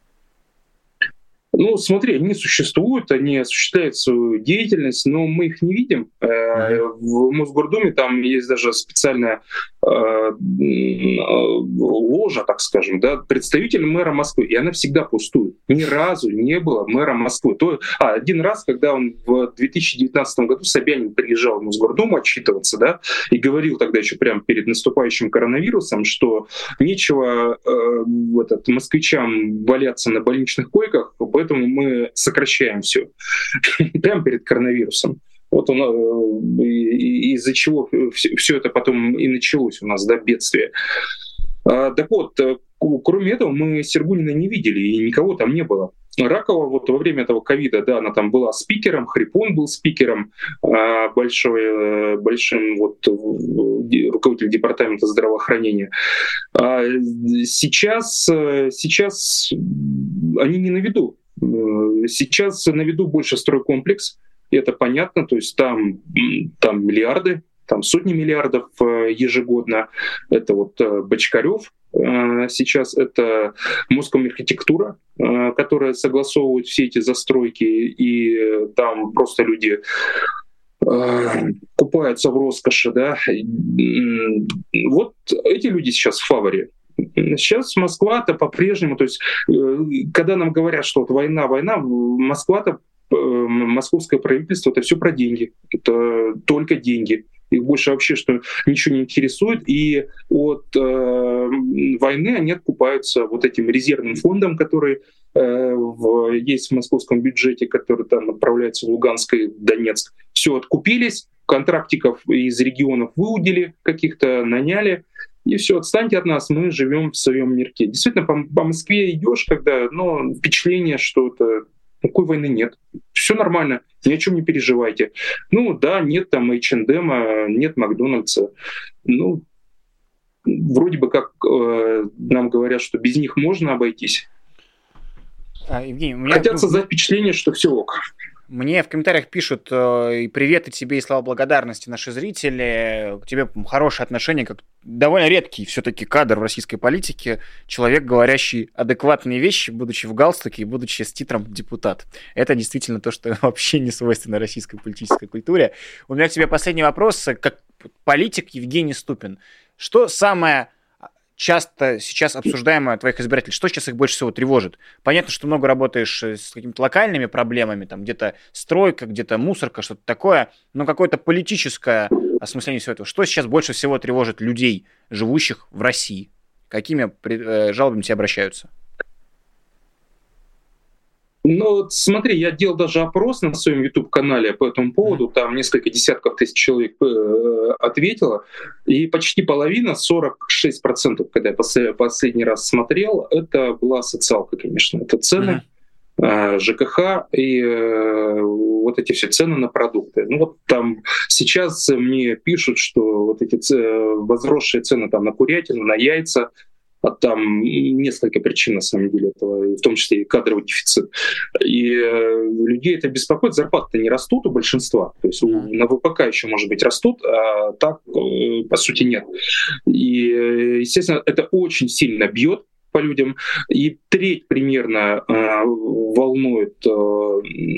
Ну, смотри, они существуют, они осуществляют свою деятельность, но мы их не видим. Mm-hmm. В Мосгордуме там есть даже специальная э, ложа, так скажем, да, представитель мэра Москвы, и она всегда пустует. Ни разу не было мэра Москвы. То, а, один раз, когда он в две тысячи девятнадцатом году Собянин приезжал в Мосгордуму отчитываться, да, и говорил тогда еще прямо перед наступающим коронавирусом, что нечего э, этот, москвичам валяться на больничных койках, поэтому мы сокращаем все прямо перед коронавирусом. Вот он, из-за чего все это потом и началось у нас, да, бедствие. Так вот, кроме этого, мы Сергунина не видели, и никого там не было. Ракова вот во время этого ковида, да, она там была спикером, Хрипон был спикером, большой, большим вот руководителем департамента здравоохранения. Сейчас, сейчас они не на виду. Сейчас на виду больше стройкомплекс, это понятно, то есть там, там миллиарды, там сотни миллиардов ежегодно. Это вот Бочкарев сейчас, это Москомархитектура, которая согласовывает все эти застройки, и там просто люди купаются в роскоши, да. Вот эти люди сейчас в фаворе. Сейчас Москва-то по-прежнему, то есть когда нам говорят, что вот война, война, Москва-то, московское правительство, это все про деньги, это только деньги. Их больше вообще что ничего не интересует, и от э, войны они откупаются вот этим резервным фондом, который э, в, есть в московском бюджете, который там отправляется в Луганск и Донецк. Все откупились, контрактиков из регионов выудили, каких-то наняли, и все, отстаньте от нас, мы живем в своем мирке. Действительно, по, по Москве идешь, когда, ну, впечатление, что это никакой войны нет. Все нормально, ни о чем не переживайте. Ну да, нет там эйч энд эм, нет Макдональдса. Ну, вроде бы как э, нам говорят, что без них можно обойтись. А, Евгений, у меня... Хотят создать впечатление, что все ок. Мне в комментариях пишут и привет, и тебе, и слова благодарности наши зрители. К тебе хорошее отношение, как довольно редкий все-таки кадр в российской политике. Человек, говорящий адекватные вещи, будучи в галстуке и будучи с титром депутат. Это действительно то, что вообще не свойственно российской политической культуре. У меня к тебе последний вопрос. Как политик Евгений Ступин, что самое часто сейчас обсуждаемое твоих избирателей, что сейчас их больше всего тревожит? Понятно, что много работаешь с какими-то локальными проблемами, там где-то стройка, где-то мусорка, что-то такое, но какое-то политическое осмысление всего этого. Что сейчас больше всего тревожит людей, живущих в России? Какими э, жалобами тебе обращаются? Ну, смотри, я делал даже опрос на своем YouTube-канале по этому поводу, там несколько десятков тысяч человек э, ответило, и почти половина, сорок шесть процентов, когда я послед, последний раз смотрел, это была социалка, конечно, это цены, ЖКХ и э, вот эти все цены на продукты. Ну вот там сейчас мне пишут, что вот эти ц... возросшие цены там на курятину, на яйца, а там несколько причин на самом деле этого, в том числе и кадровый дефицит. И э, людей это беспокоит, зарплаты-то не растут у большинства, то есть у, на ВПК еще, может быть, растут, а так, э, по сути, нет. И, естественно, это очень сильно бьет по людям, и треть примерно э, волнует э,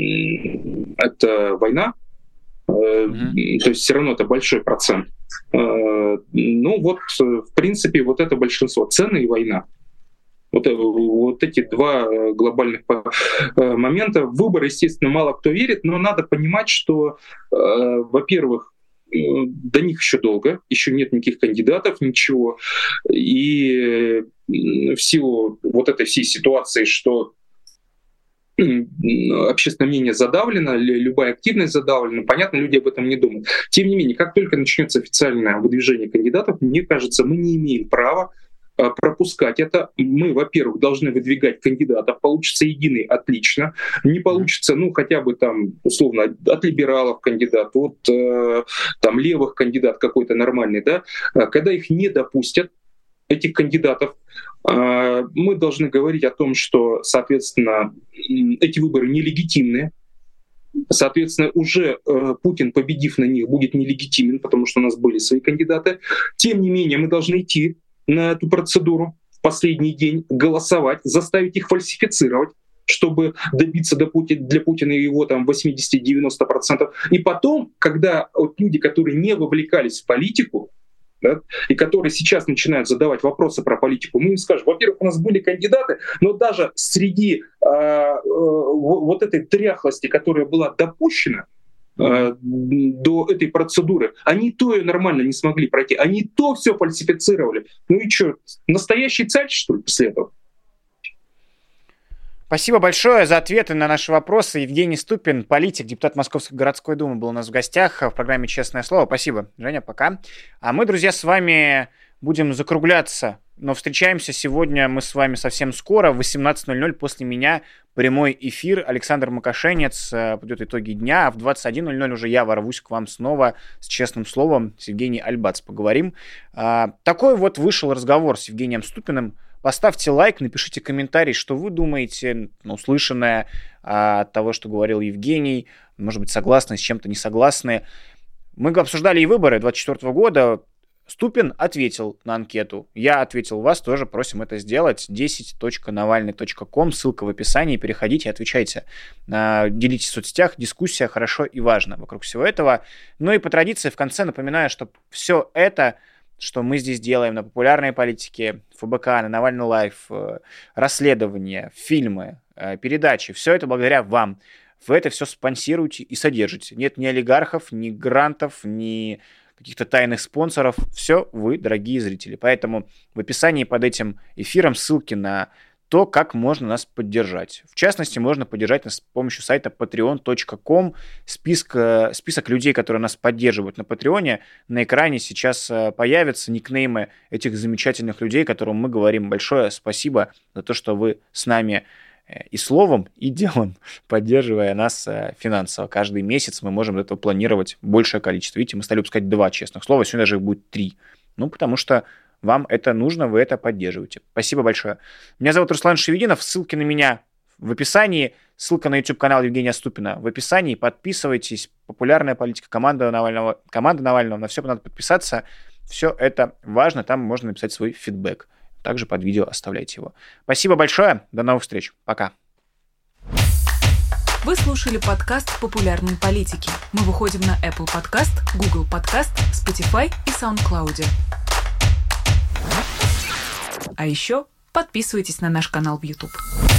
это война, э, mm-hmm. то есть все равно это большой процент. Э, ну вот, в принципе, вот это большинство. Цены и война. Вот, вот эти два глобальных момента. В выборы, естественно, мало кто верит, но надо понимать, что, э, во-первых, до них еще долго, еще нет никаких кандидатов, ничего. И в силу вот этой всей ситуации, что общественное мнение задавлено, любая активность задавлена, понятно, люди об этом не думают. Тем не менее, как только начнется официальное выдвижение кандидатов, мне кажется, мы не имеем права пропускать это. Мы, во-первых, должны выдвигать кандидатов. Получится единый — отлично. Не получится, ну, хотя бы там, условно, от либералов кандидат, от э, там левых кандидат какой-то нормальный, да. Когда их не допустят, этих кандидатов, э, мы должны говорить о том, что, соответственно, эти выборы нелегитимны. Соответственно, уже э, Путин, победив на них, будет нелегитимен, потому что у нас были свои кандидаты. Тем не менее, мы должны идти на эту процедуру в последний день, голосовать, заставить их фальсифицировать, чтобы добиться до Пути- для Путина его там восемьдесят-девяносто процентов. И потом, когда вот люди, которые не вовлекались в политику, да, и которые сейчас начинают задавать вопросы про политику, мы им скажем: во-первых, у нас были кандидаты, но даже среди э, э, вот этой тряхлости, которая была допущена до этой процедуры, они то ее нормально не смогли пройти, они то все фальсифицировали. Ну и что, настоящий царь, что ли, после этого? Спасибо большое за ответы на наши вопросы. Евгений Ступин, политик, депутат Московской городской думы, был у нас в гостях в программе «Честное слово». Спасибо, Женя, пока. А мы, друзья, с вами будем закругляться, но встречаемся сегодня мы с вами совсем скоро, в восемнадцать ноль ноль после меня прямой эфир. Александр Макашенец подведет итоги дня, а в двадцать один ноль ноль уже я ворвусь к вам снова с «Честным словом», с Евгением Альбац поговорим. А, такой вот вышел разговор с Евгением Ступиным. Поставьте лайк, напишите комментарий, что вы думаете, ну, услышанное а, от того, что говорил Евгений. Может быть, согласны, с чем-то не согласны. Мы обсуждали и выборы двадцать четвёртого года. Ступин ответил на анкету. Я ответил, вас тоже просим это сделать. десять точка навальный точка ком, ссылка в описании. Переходите, отвечайте. Делитесь в соцсетях. Дискуссия хорошо и важно вокруг всего этого. Ну и по традиции в конце напоминаю, что все это, что мы здесь делаем на популярной политике, ФБК, на Навальный лайф, расследования, фильмы, передачи, все это благодаря вам. Вы это все спонсируете и содержите. Нет ни олигархов, ни грантов, ни каких-то тайных спонсоров. Все вы, дорогие зрители. Поэтому в описании под этим эфиром ссылки на то, как можно нас поддержать. В частности, можно поддержать нас с помощью сайта патреон точка ком. Список, список людей, которые нас поддерживают на Патреоне, на экране сейчас появятся никнеймы этих замечательных людей, которым мы говорим большое спасибо за то, что вы с нами и словом, и делом, поддерживая нас финансово. Каждый месяц мы можем этого планировать большее количество. Видите, мы стали выпускать два честных слова, сегодня даже их будет три. Ну, потому что вам это нужно, вы это поддерживаете. Спасибо большое. Меня зовут Руслан Шевединов, ссылки на меня в описании, ссылка на YouTube-канал Евгения Ступина в описании. Подписывайтесь, популярная политика, команда Навального, команда Навального, на все надо подписаться. Все это важно, там можно написать свой фидбэк. Также под видео оставляйте его. Спасибо большое. До новых встреч. Пока. Вы слушали подкаст «Популярные политики». Мы выходим на Apple Podcast, Google Podcast, Spotify и SoundCloud. А еще подписывайтесь на наш канал в YouTube.